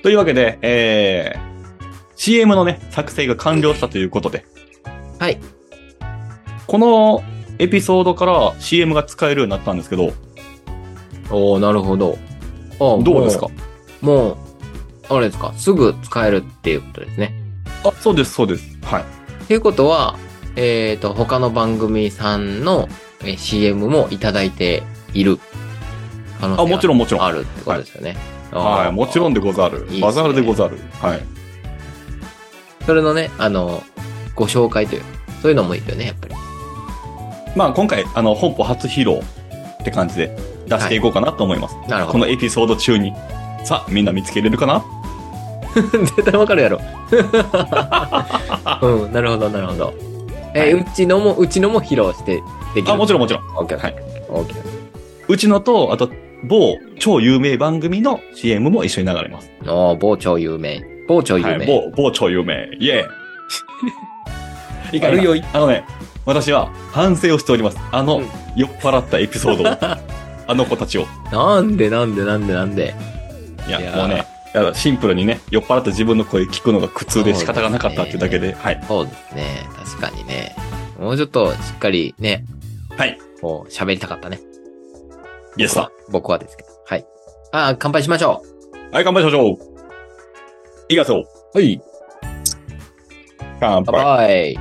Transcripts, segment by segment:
というわけで、CM のね、作成が完了したということで。 はい。 このエピソードから CM が使えるようになったんですけど。 おー、なるほど。 どうですか？ もう、あれですか、すぐ使えるっていうことですね。 あ、そうです、そうです。はい。 っていうことは、他の番組さんの CM もいただいている可能性がもちろんもちろんあるってことですよね。 はい、もちろんでござる。 いいですね。 バザールでござる。はい。 それのね、ご紹介という、そういうのもいいよね、やっぱり。 まあ今回、本邦初披露って感じで出していこうかなと思います。 なるほど。 このエピソード中に。さあ、みんな見つけれるかな？ 絶対わかるやろ。うん、なるほど、なるほど。 はい、 うちのも披露してできる。 もちろんもちろん。 OK。 はい。 OK。 うちのと、あと、某超有名番組の CM も一緒に流れます。 某超有名。某超有名。 はい、某超有名。イェーイ。いかんよい。私は反省をしております。酔っ払ったエピソードを。あの子たちを。 なんで。 いや、もうね、シンプルにね、酔っ払った自分の声聞くのが苦痛で仕方がなかったっていうだけで、はい。 そうですね。確かにね。もうちょっとしっかりね。 はい。 こう、喋りたかったね。 イエスさ。 僕はですけど。はい。乾杯しましょう。はい、乾杯しましょう。いきますよ。 はい。 乾杯。 はい。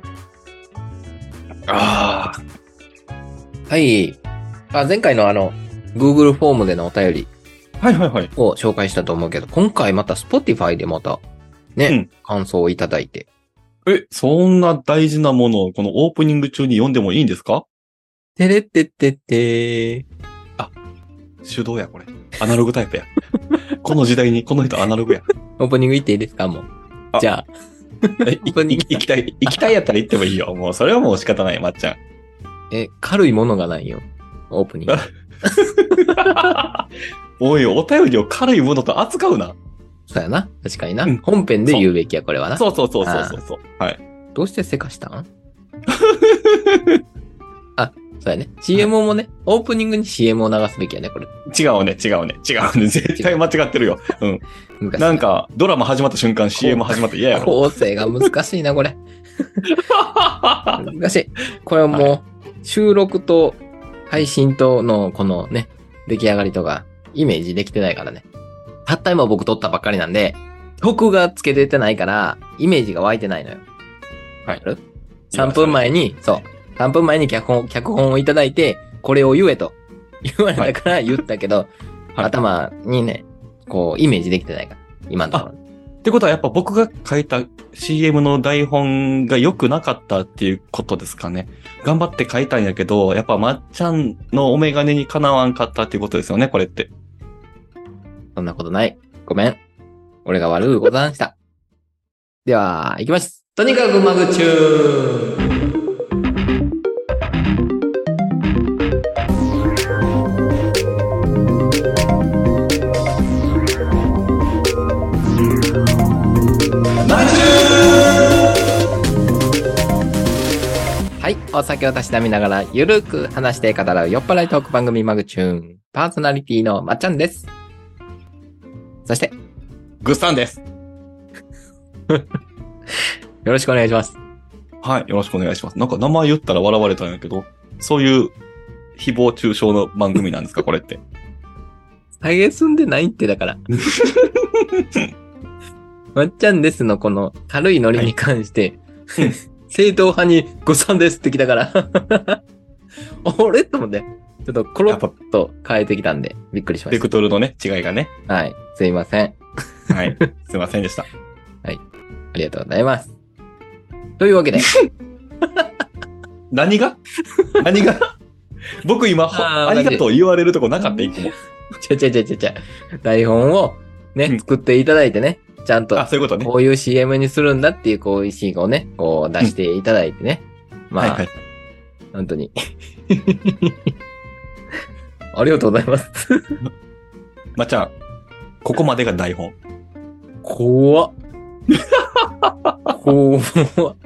はい。前回のGoogle フォームでのお便り。 はい。 を紹介したと思うけど、今回また Spotify でまた、ね、感想をいただいて。 そんな大事なものをこのオープニング中に読んでもいいんですか？ てれってってって手動や、これ。アナログタイプや。この時代に、この人アナログや。 オープニング行っていいですか？もう。じゃあ。 行きたいやったら行ってもいいよ。もう、それはもう仕方ない、まっちゃん。 軽いものがないよ。オープニング。 おい、お便りを軽いものと扱うな。 そうやな。確かにな。本編で言うべきや、これはな。 そう。はい。 どうしてせかしたん？そうやね。CM もね、オープニングに CM を流すべきやね、これ。 違うね。絶対間違ってるよ。うん。なんか、ドラマ始まった瞬間 CM 始まって嫌やろ。 構成が難しいな、これ。難しい。これはもう、収録と配信とのこのね、出来上がりとか、イメージできてないからね。たった今僕撮ったばっかりなんで、曲がつけててないから、イメージが湧いてないのよ。 はい。 3分前に、3分前に脚本をいただいて、これを言えと言われたから言ったけど、はい、頭にね、こう、イメージできてないから、今のところ。 ってことはやっぱ僕が書いた CM の台本が良くなかったっていうことですかね。頑張って書いたんやけど、やっぱまっちゃんのお眼鏡にかなわんかったっていうことですよね、これって。 そんなことない。ごめん。俺が悪うござんした。では、行きます。とにかくマグチューン。はい。お酒をたしなみながら、ゆるく話して語らう酔っ払いトーク番組マグチューン。パーソナリティのまっちゃんです。そして、 グッサンです。 よろしくお願いします。 はい。よろしくお願いします。なんか名前言ったら笑われたんやけど、そういう誹謗中傷の番組なんですか、これって。 下げすんでないってだから。まっちゃんですのこの軽いノリに関して、はい、正統派にご参ですってきたから。あれと思って、ちょっとコロッと変えてきたんで、びっくりしました。 ベクトルのね、違いがね。 はい。すいません。 はい。すいませんでした。 はい。ありがとうございます。というわけで。 何が僕今、ありがとう言われるとこなかった、いつも。 台本をね、作っていただいてね。ちゃんと、 そういうことね。 こういう CM にするんだっていう、こういうシーンをね、こう出していただいてね。まあ、はい、本当に。ありがとうございます。 まっちゃん、ここまでが台本。 怖っ。怖っ。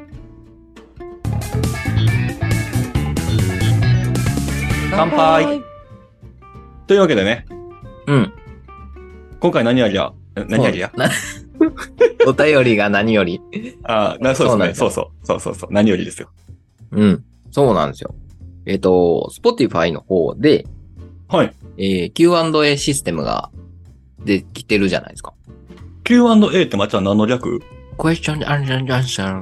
乾杯というわけでね。 うん。 今回何やりゃ、 何よりやお便りが何より。 そうですね。そう。何よりですよ。 うん。そうなんですよ。Spotify の方で、 はい。 Q&A システムができてるじゃないですか。 Q&A ってまっちゃん何の略？ Question and answer.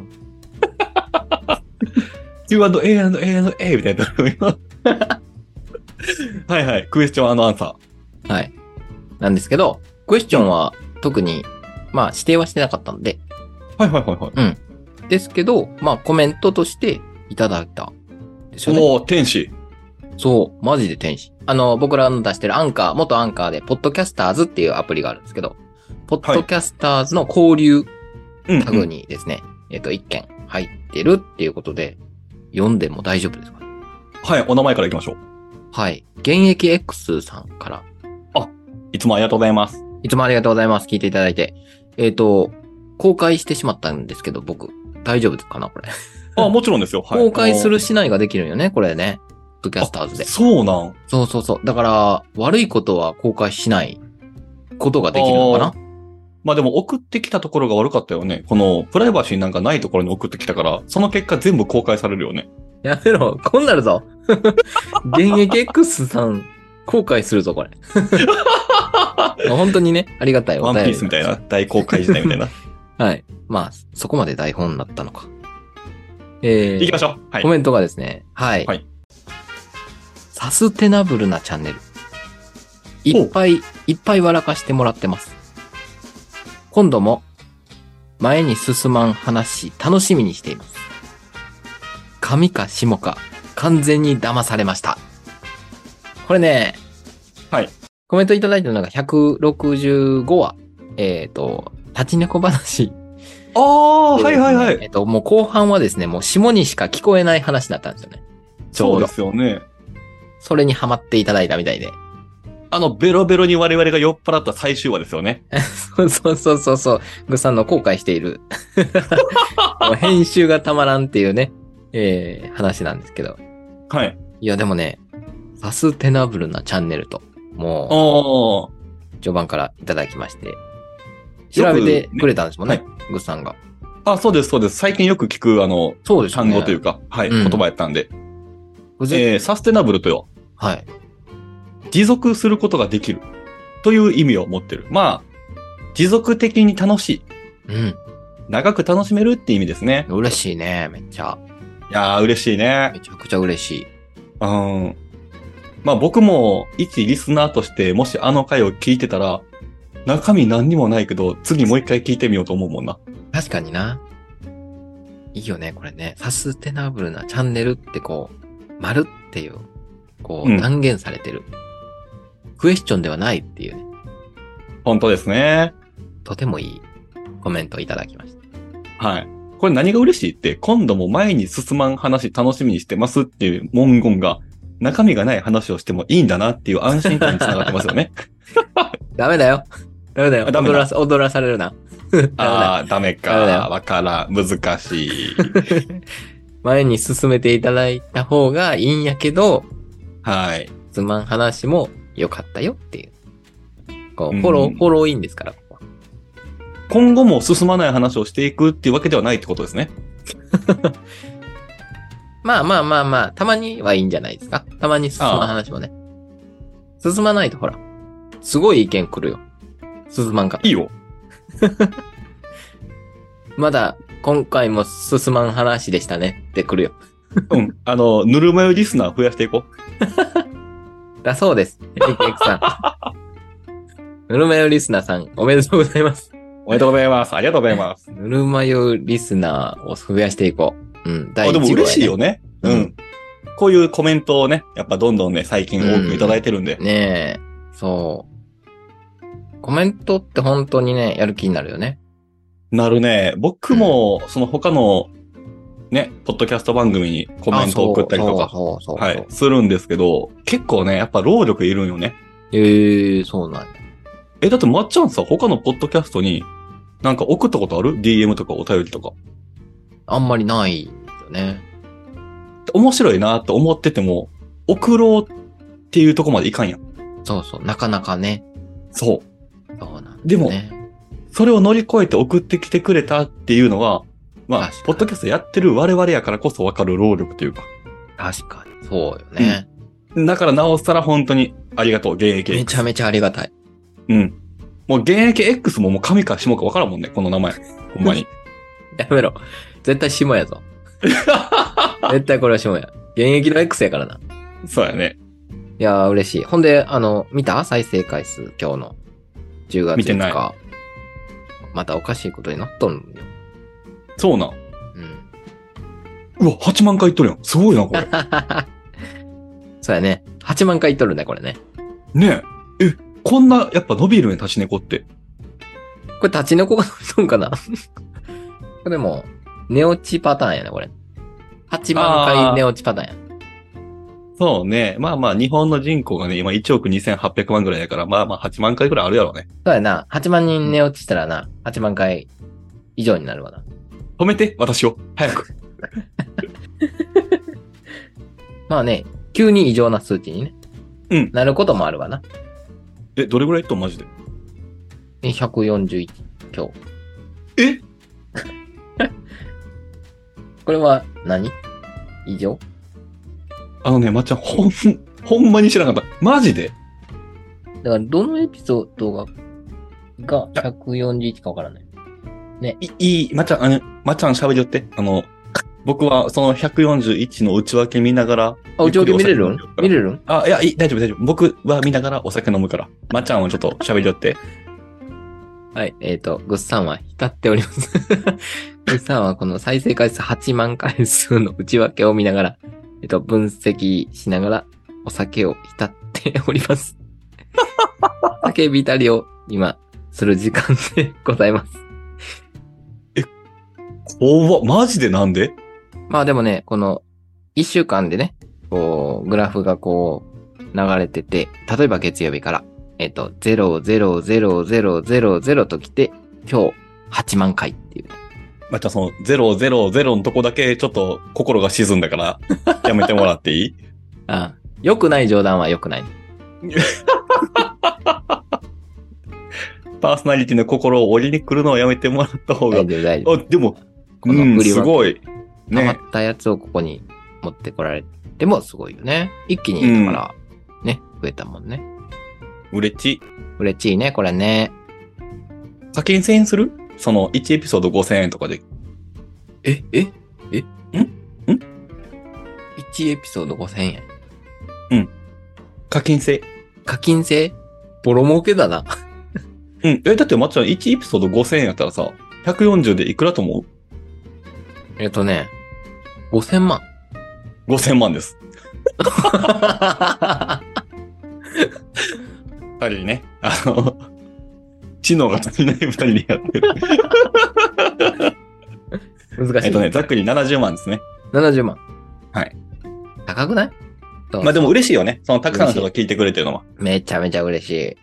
Q&A みたいな。はいはい。クエスチョンアンサー。はい。なんですけど、クエスチョンは特に、まあ指定はしてなかったので。 はい。 うん。ですけど、まあコメントとしていただいた。 ですよね。おー、天使。 そう、マジで天使。僕らの出してる元アンカーで、ポッドキャスターズっていうアプリがあるんですけど、ポッドキャスターズの交流タグにですね、一件入ってるっていうことで、読んでも大丈夫ですか？ はい、お名前から行きましょう。 はい。現役 X さんから。 いつもありがとうございます。 いつもありがとうございます。聞いていただいて。公開してしまったんですけど、僕、大丈夫かなこれ。 もちろんですよ。 はい。公開するしないができるよね、これね。ポッドキャスターズで。 そうなん。 そう。だから、悪いことは公開しないことができるのかな？ まあでも送ってきたところが悪かったよね。このプライバシーなんかないところに送ってきたから、その結果全部公開されるよね。 やめろ、こんなるぞ。現役 X さん、後悔するぞ、これ。本当にね、ありがたい。 ワンピースみたいな、大公開時代みたいな。 はい。まあ、そこまで台本だったのか。 行きましょう。 はい。コメントがですね、はい。サステナブルなチャンネル。いっぱい笑かしてもらってます。今度も、前に進まん話、楽しみにしています。神か下か、完全に騙されました。これね、 はい。 コメントいただいたのが165話。立ち猫話。 はい。 もう後半はですね、もう下にしか聞こえない話だったんですよね。 そうですよね。 それにハマっていただいたみたいで。 ベロベロに我々が酔っ払った最終話ですよね。 そう。グさんの後悔している。もう編集がたまらんっていうね、話なんですけど。 はい。 いやでもね、サステナブルなチャンネルと、もう、序盤からいただきまして、調べてくれたんですもんね、グさんが。 そうです。最近よく聞く、 そうですね、 単語というか、はい、言葉やったんで。サステナブルとよ。 はい。 持続することができるという意味を持ってる。まあ、持続的に楽しい。 うん。 長く楽しめるって意味ですね。 嬉しいね、めっちゃ。 いやー、嬉しいね。 めちゃくちゃ嬉しい。 まあ僕も一リスナーとしてもしあの回を聞いてたら、中身何にもないけど、次もう一回聞いてみようと思うもんな。 確かにな。いいよね、これね。サステナブルなチャンネルって丸っていう、断言されてる。クエスチョンではないっていうね。 本当ですね。 とてもいいコメントをいただきました。 はい。これ何が嬉しいって、今度も前に進まん話楽しみにしてますっていう文言が、中身がない話をしてもいいんだなっていう安心感につながってますよね。 ダメだよ。踊らされるな。 ダメか。わからん。難しい。 前に進めていただいた方がいいんやけど、 はい。 つまん話も良かったよっていう。フォローインですから。 今後も進まない話をしていくっていうわけではないってことですね。 まあ、たまにはいいんじゃないですか。たまに進まない話もね。進まないとほら、すごい意見来るよ。進まんか。 いいよ。 まだ、今回も進まん話でしたねって来るよ。 ぬるま湯リスナー増やしていこう。だそうです。エクさん。ぬるま湯リスナーさん、おめでとうございます。 おめでとうございます。ありがとうございます。 ぬるま湯リスナーを増やしていこう。第1号、 でも嬉しいよね。こういうコメントをね、やっぱどんどんね、最近多くいただいてるんで。 ねえ、そう。コメントって本当にね、やる気になるよね。 なるね。僕も、その他の、ね、ポッドキャスト番組にコメントを送ったりとか、はい、するんですけど、結構ね、やっぱ労力いるんよね。 そうなんや。だってまっちゃんさ、他のポッドキャストに、なんか送ったことある？ DM とかお便りとか。 あんまりないよね。 面白いなと思ってても、送ろうっていうとこまでいかんやん。 そう、なかなかね。 そう。 そうなんだ、ね。 でも、 それを乗り越えて送ってきてくれたっていうのは、まあ確か、にポッドキャストやってる我々やからこそわかる労力というか。 確かに。そうよね。 だからなおさら本当にありがとう、現役 X。 めちゃめちゃありがたい。 うん。もう現役 X ももう神か下かわからんもんね、この名前。ほんまに。 やめろ。絶対下やぞ。絶対これは下や。現役の X やからな。 そうやね。 いやー、嬉しい。ほんで、見た再生回数、今日の。10月5日。 見てないまたおかしいことになっとんよ。 そうなん。 うん。 うわ、8万回いっとるやん。すごいな、これ。 そうやね。8万回いっとるね、これね。 ねえ。え、こんな、やっぱ伸びるね、立ち猫って。 これ立ち猫が伸びとんかなこれも、寝落ちパターンやね、これ。8万回寝落ちパターンや。 そうね。まあまあ、日本の人口がね、今1億2800万ぐらいだから、まあまあ8万回ぐらいあるやろうね。 そうやな。8万人寝落ちしたらな、8万回以上になるわな。 止めて、私を。早く。 まあね、急に異常な数値にね。 うんなることもあるわな。 え、どれぐらいいっとんマジで。 141今日。 えこれは何異常あのね、まっちゃん、ほんまに知らなかった。マジでだから、どのエピソードが141かわからない。 まっちゃん、まっちゃん喋りよって。僕はその141の内訳見ながら。 あ、内訳見れるんゆっくりお酒飲むから見れるんあ、いや、大丈夫、大丈夫。僕は見ながらお酒飲むから。まっちゃんはちょっと喋りよって。 はい。グッさんは浸っております。グッさんはこの再生回数8万回数の内訳を見ながら、分析しながらお酒を浸っております。酒浸りを今する時間でございます。 怖っ、マジでなんでまあでもね、この1週間でね、こう、グラフがこう流れてて、例えば月曜日から、00000と来て、今日8万回っていう。 まっちゃん、その000のとこだけちょっと心が沈んだから、やめてもらっていいああ、良くない冗談は良くない。 パーソナリティの心を折りに来るのをやめてもらった方が。 大丈夫、大丈夫。 あ、でも、 この振り分けすごい。 溜まっね。 たやつをここに持ってこられてもすごいよね。一気に、だから、ね、増えたもんね。 うれち。 嬉しいね、これね。 課金1000円するその1エピソード5000円とかで。 1エピソード5000円。 課金制。 課金制ボロ儲けだな。 うん。だってまっちゃん1エピソード5000円やったらさ、140でいくらと思う 5000万。 ?5000 万です。二人ね、知能が足りない二人でやってる。 難しい。 ざっくり70万ですね。 70万。 はい。 高くないまあでも嬉しいよね。そのたくさんの人が聞いてくれてるのは。 めちゃめちゃ嬉しい。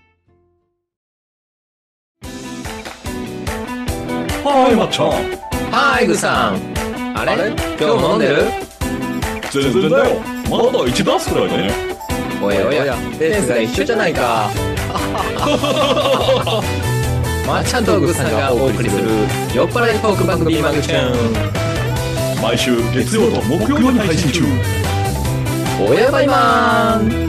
はい、まっちゃん。 はーい、グさん。あれ今日も飲んでる全然だよ。まだ1ダースくらいだね。 おやおや、ペースが一緒じゃないか。まっちゃんとグさんがお送りする酔っ払いトーク番組マグチューン。 毎週月曜と木曜に配信中。 おやばいまーん。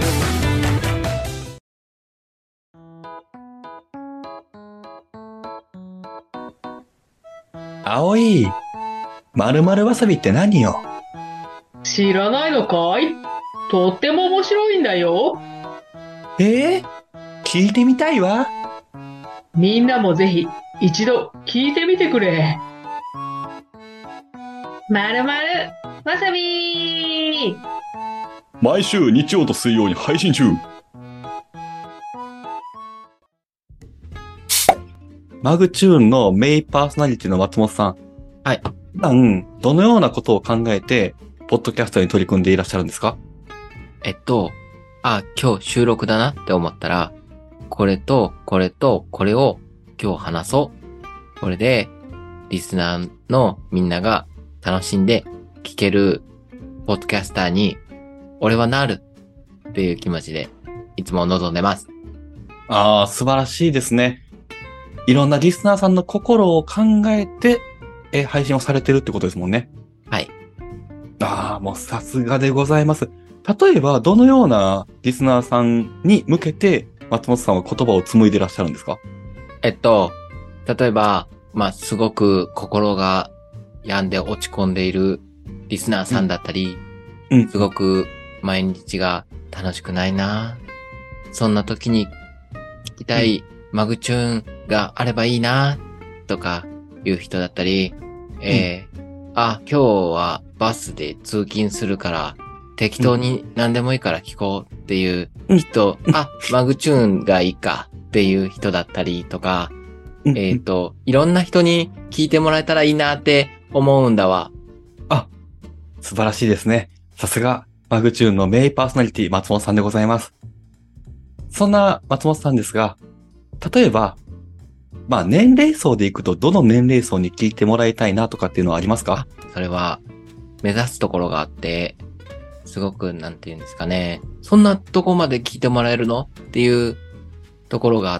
葵、〇〇わさびって何よ？ 知らないのかい？とっても面白いんだよ。 聞いてみたいわ。 みんなもぜひ一度聞いてみてくれ。まるまるわさびー。 毎週日曜と水曜に配信中。マグチューンのメインパーソナリティの松本さん。 はい。 普段、どのようなことを考えて、ポッドキャストに取り組んでいらっしゃるんですか？ 今日収録だなって思ったら、これと、これと、これを今日話そう。これで、リスナーのみんなが楽しんで聞けるポッドキャスターに、俺はなるっていう気持ちで、いつも望んでます。 ああ、素晴らしいですね。 いろんなリスナーさんの心を考えて、配信をされてるってことですもんね。 はい。 ああ、もうさすがでございます。例えば、どのようなリスナーさんに向けて、松本さんは言葉を紡いでいらっしゃるんですか？ 例えば、すごく心が病んで落ち込んでいるリスナーさんだったり、 うん。 すごく毎日が楽しくないな。そんな時に聞きたいマグチューンがあればいいな、とかいう人だったり、今日はバスで通勤するから適当に何でもいいから聞こうっていう人、マグチューンがいいかっていう人だったりとか、いろんな人に聞いてもらえたらいいなって思うんだわ。 素晴らしいですね。さすが、マグチューンのメインパーソナリティ、松本さんでございます。そんな松本さんですが、例えば、年齢層でいくと、どの年齢層に聞いてもらいたいなとかっていうのはありますか？ それは、目指すところがあって、すごく、なんて言うんですかね。そんなとこまで聞いてもらえるのっていうところがあって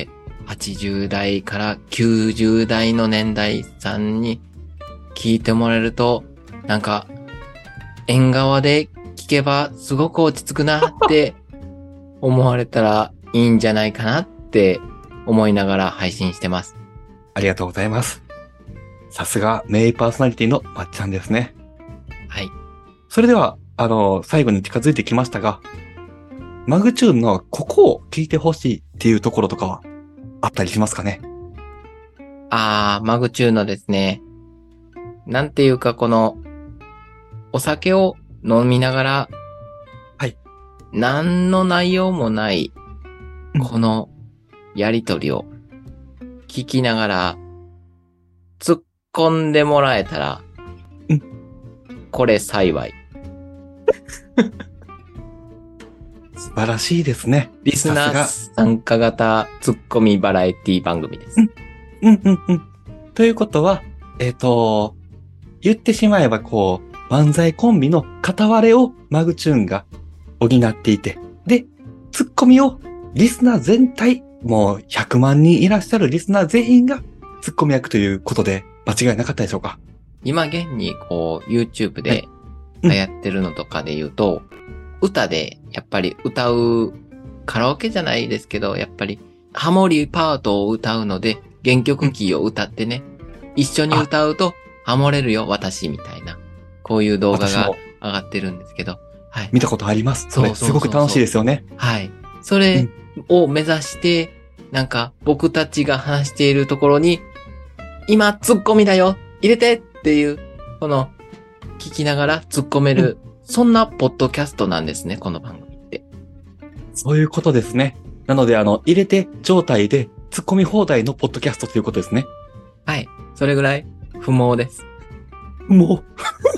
、80代から90代の年代さんに聞いてもらえると、なんか、縁側で聞けばすごく落ち着くなって思われたらいいんじゃないかなって思いながら配信してます。 ありがとうございます。さすがメインパーソナリティのまっちゃんですね。 はい。 それでは、最後に近づいてきましたが、マグチューンのここを聞いてほしいっていうところとかはあったりしますかね？ マグチューンのですね、なんていうかこの、お酒を飲みながら、 はい。 何の内容もない、このやりとりを聞きながら、突っ込んでもらえたら、これ幸い。 素晴らしいですね。 リスナー参加型ツッコミバラエティ番組です。 ということは、言ってしまえば漫才コンビの片割れをマグチューンが補っていて、で、ツッコミをリスナー全体、もう100万人いらっしゃるリスナー全員がツッコミ役ということで間違いなかったでしょうか？ 今現にYouTube で流行ってるのとかで言うと、歌でやっぱり歌う、カラオケじゃないですけど、やっぱりハモリパートを歌うので、原曲キーを歌ってね、一緒に歌うとハモれるよ、私みたいな。こういう動画が上がってるんですけど。はい。 見たことあります。それすごく楽しいですよね。 はい。それを目指して、なんか僕たちが話しているところに、今ツッコミだよ入れてっていう、この聞きながら突っ込める、そんなポッドキャストなんですね、この番組って。 そういうことですね。なので入れて状態で突っ込み放題のポッドキャストということですね。 はい。それぐらい不毛です。 もう。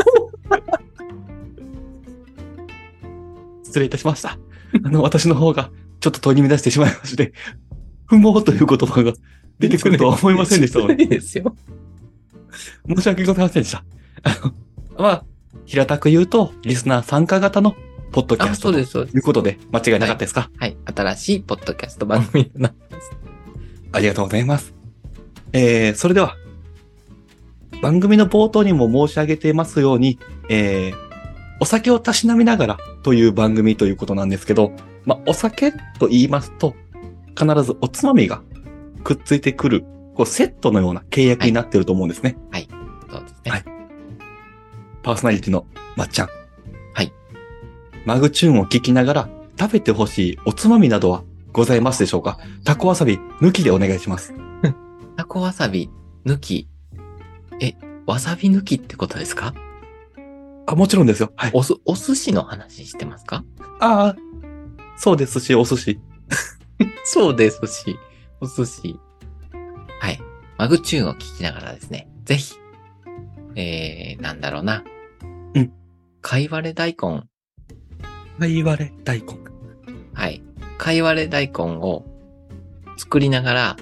失礼いたしました。私の方がちょっと問いに乱してしまいまして、不毛という言葉が出てくるとは思いませんでしたので。 いいですよ。 申し訳ございませんでした。平たく言うと、リスナー参加型のポッドキャストということで、間違いなかったですか？ はい。新しいポッドキャスト番組になってます。 ありがとうございます。それでは、番組の冒頭にも申し上げていますように、お酒をたしなみながらという番組ということなんですけど、お酒と言いますと、必ずおつまみがくっついてくる、セットのような契約になっていると思うんですね。 はい。そうですね。 はい。パーソナリティのまっちゃん。 はい。 マグチューンを聞きながら食べてほしいおつまみなどはございますでしょうか？タコわさび抜きでお願いします。 タコわさび抜き。わさび抜きってことですか？ もちろんですよ。はい。 お寿司の話してますか？ そうですし、お寿司。 そうですし、お寿司。はい。マグチューンを聞きながらですね、ぜひ、なんだろうな。かいわれ大根。 かいわれ大根。 はい。かいわれ大根を作りながら、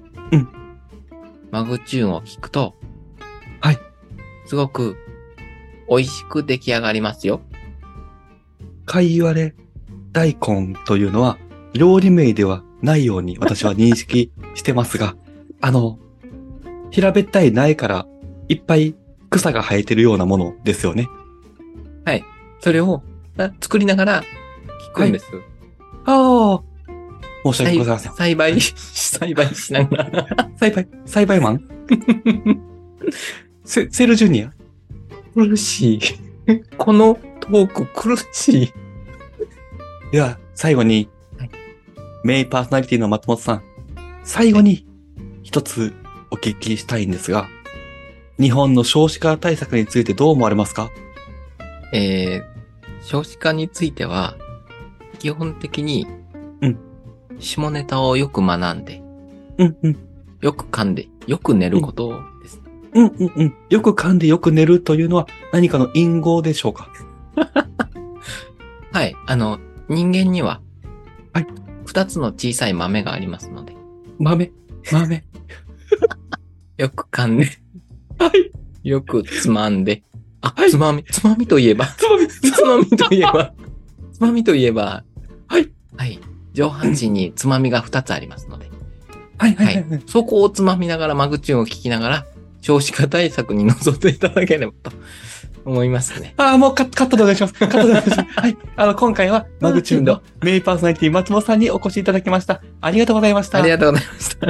マグチューンを聞くと、 はい。 すごく美味しく出来上がりますよ。 かいわれ大根というのは料理名ではないように私は認識してますが、 平べったい苗からいっぱい草が生えてるようなものですよね。 はい。それを作りながら聞くんです。 ああ。申し訳ございません。 栽培しながら。 栽培マンセルジュニア苦しい。このトーク苦しい。 では、最後に、 はいメインパーソナリティの松本さん、最後に一つお聞きしたいんですが、日本の少子化対策についてどう思われますか？ 少子化については、基本的に、下ネタをよく学んで、よく噛んで、よく寝ることです。 よく噛んでよく寝るというのは何かの隠語でしょうか？ はい。人間には、 はい。 二つの小さい豆がありますので。 豆。 よく噛んで。 はい。 よくつまんで。 はいつまみといえば。つまみといえば。 はい。 はい。上半身につまみが2つありますので。 はい。 そこをつまみながら、マグチューンを聞きながら、少子化対策に臨んでいただければと思いますね。 もうカットでお願いします。はい。今回はマグチューンのメインパーソナリティ松本さんにお越しいただきました。ありがとうございました。 ありがとうございました。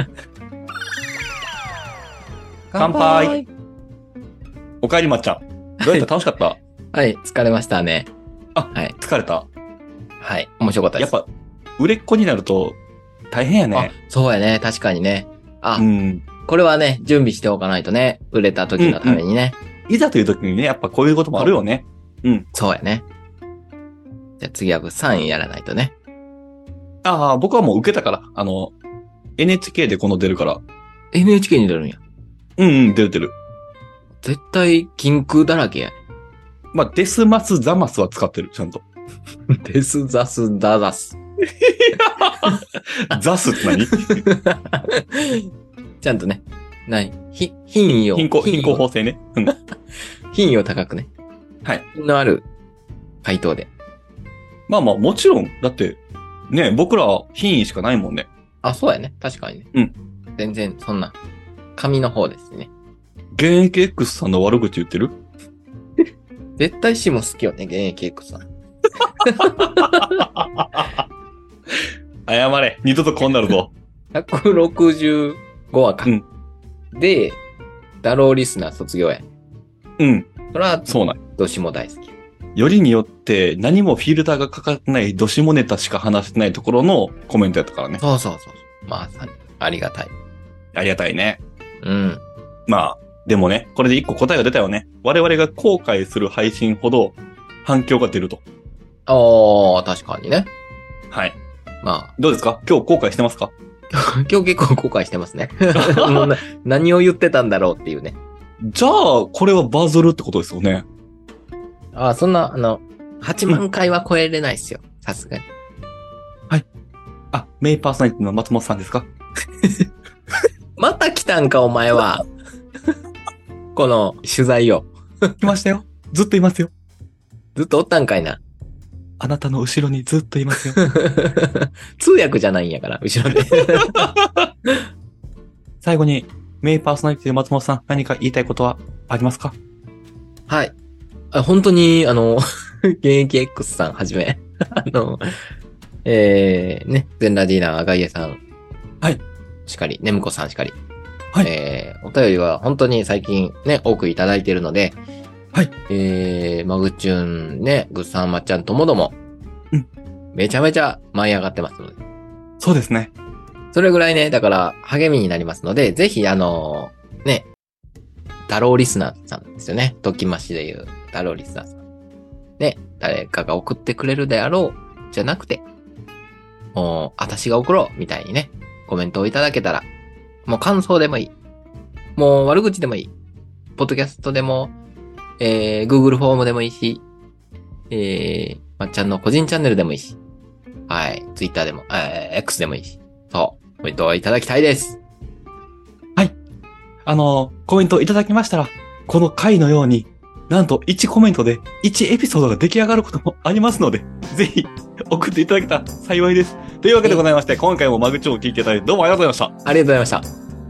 乾杯。おかえりまっちゃん。どうやった楽しかった？ はい、疲れましたね。 はい。疲れた？ はい、面白かったです。 やっぱ、売れっ子になると大変やね。 そうやね、確かにね。これはね、準備しておかないとね、売れた時のためにね。 いざという時にね、やっぱこういうこともあるよね。 そうやね。じゃあ次は3位やらないとね。 僕はもう受けたから。NHK でこの出るから。 NHK に出るんや。 出る。 絶対、禁句だらけやね。 デスマスザマスは使ってる、ちゃんと。 デスザスダザス。 ザスって何？ ちゃんとね。品位法制ね。 品位を高くね。 はい。 品のある回答で。 もちろん。だって、ね、僕ら品位しかないもんね。 そうやね。確かにね。全然、そんな、紙の方ですね。 現役 X さんの悪口言ってる？ 絶対シも好きよね、現役 X さん。 謝れ。二度とこうなるぞ。 165話か。で、ダローリスナー卒業や。それは、 そうなん。 どしも大好き。 よりによって何もフィルターがかかってないどしもネタしか話してないところのコメントやったからね。 そう。まさに、ありがたい。 ありがたいね。でもね、これで一個答えが出たよね。我々が後悔する配信ほど反響が出ると。 確かにね。 はい。どうですか？今日後悔してますか？ 今日結構後悔してますね。何を言ってたんだろうっていうね。 じゃあ、これはバズるってことですよね。 そんな、8万回は超えれないっすよ。さすがに。 はい。メインパーソナリティの松本さんですか？ また来たんか、お前は。この取材を。 来ましたよ。ずっといますよ。 ずっとおったんかいな。 あなたの後ろにずっといますよ。 通訳じゃないんやから、後ろで。 最後に、メインパーソナリティの松本さん、何か言いたいことはありますか？ はい。本当に、現役 X さんはじめ、ね、ゼンラディーナーガイエさん。 はい。 しかり、ネムコさんしかり。 はい。 お便りは本当に最近ね、多くいただいているので、 はい。 マグチューンね、グッサンマッちゃんともども、めちゃめちゃ舞い上がってますので。 そうですね。 それぐらいね、だから励みになりますので、ぜひね、ダローリスナーさんですよね。ときましで言うダローリスナーさん。ね、誰かが送ってくれるであろう、じゃなくて、もう、私が送ろう、みたいにね、コメントをいただけたら、もう感想でもいい。もう悪口でもいい。ポッドキャストでも、Google フォームでもいいし、まっちゃんの個人チャンネルでもいいし、はい、Twitter でも、X でもいいし、そう、コメントをいただきたいです。 はい。コメントいただきましたら、この回のように、なんと1コメントで1エピソードが出来上がることもありますので、ぜひ送っていただけたら幸いです。というわけでございまして、今回もマグチョを聞いていただいてどうもありがとうございました。 ありがとうございました。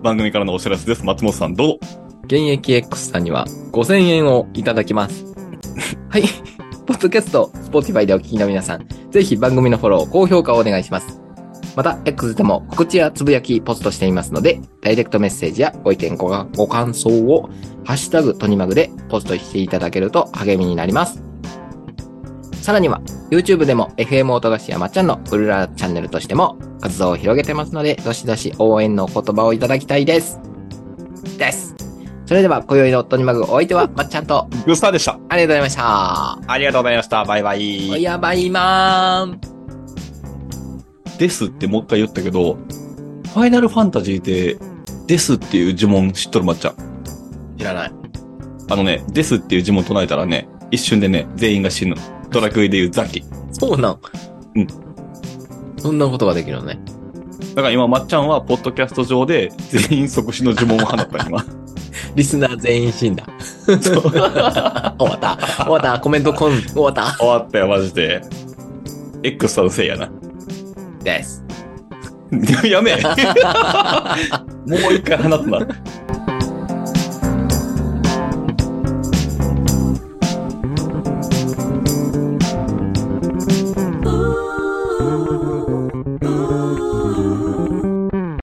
番組からのお知らせです。松本さん、どうぞ。 現役 X さんには5000円をいただきます。はい。ポッドキャスト、Spotify でお聞きの皆さん、ぜひ番組のフォロー、高評価をお願いします。また、X でも告知やつぶやき、ポストしていますので、ダイレクトメッセージやご意見、ご感想を、ハッシュタグ、とにまぐでポストしていただけると励みになります。さらには、YouTube でも FM 音菓子やまっちゃんのウルラチャンネルとしても活動を広げてますので、どしどし応援の言葉をいただきたいです。それでは、今宵のとにまぐお相手はまっちゃんとグスターでした。 ありがとうございました。 ありがとうございました。バイバイ。 おやばいまーん。 ですってもう一回言ったけど、ファイナルファンタジーで、ですっていう呪文知っとるまっちゃん。 知らない。 ですっていう呪文唱えたらね、一瞬でね、全員が死ぬ。ドラクエでいうザキ。 そうなん。 うん。 そんなことができるのね。 だから今、まっちゃんは、ポッドキャスト上で、全員即死の呪文を放った今。 リスナー全員死んだ。終わった。コメント終わった。 終わったよ、マジで。X さんのせいやな。 です。 やめもう一回放つな。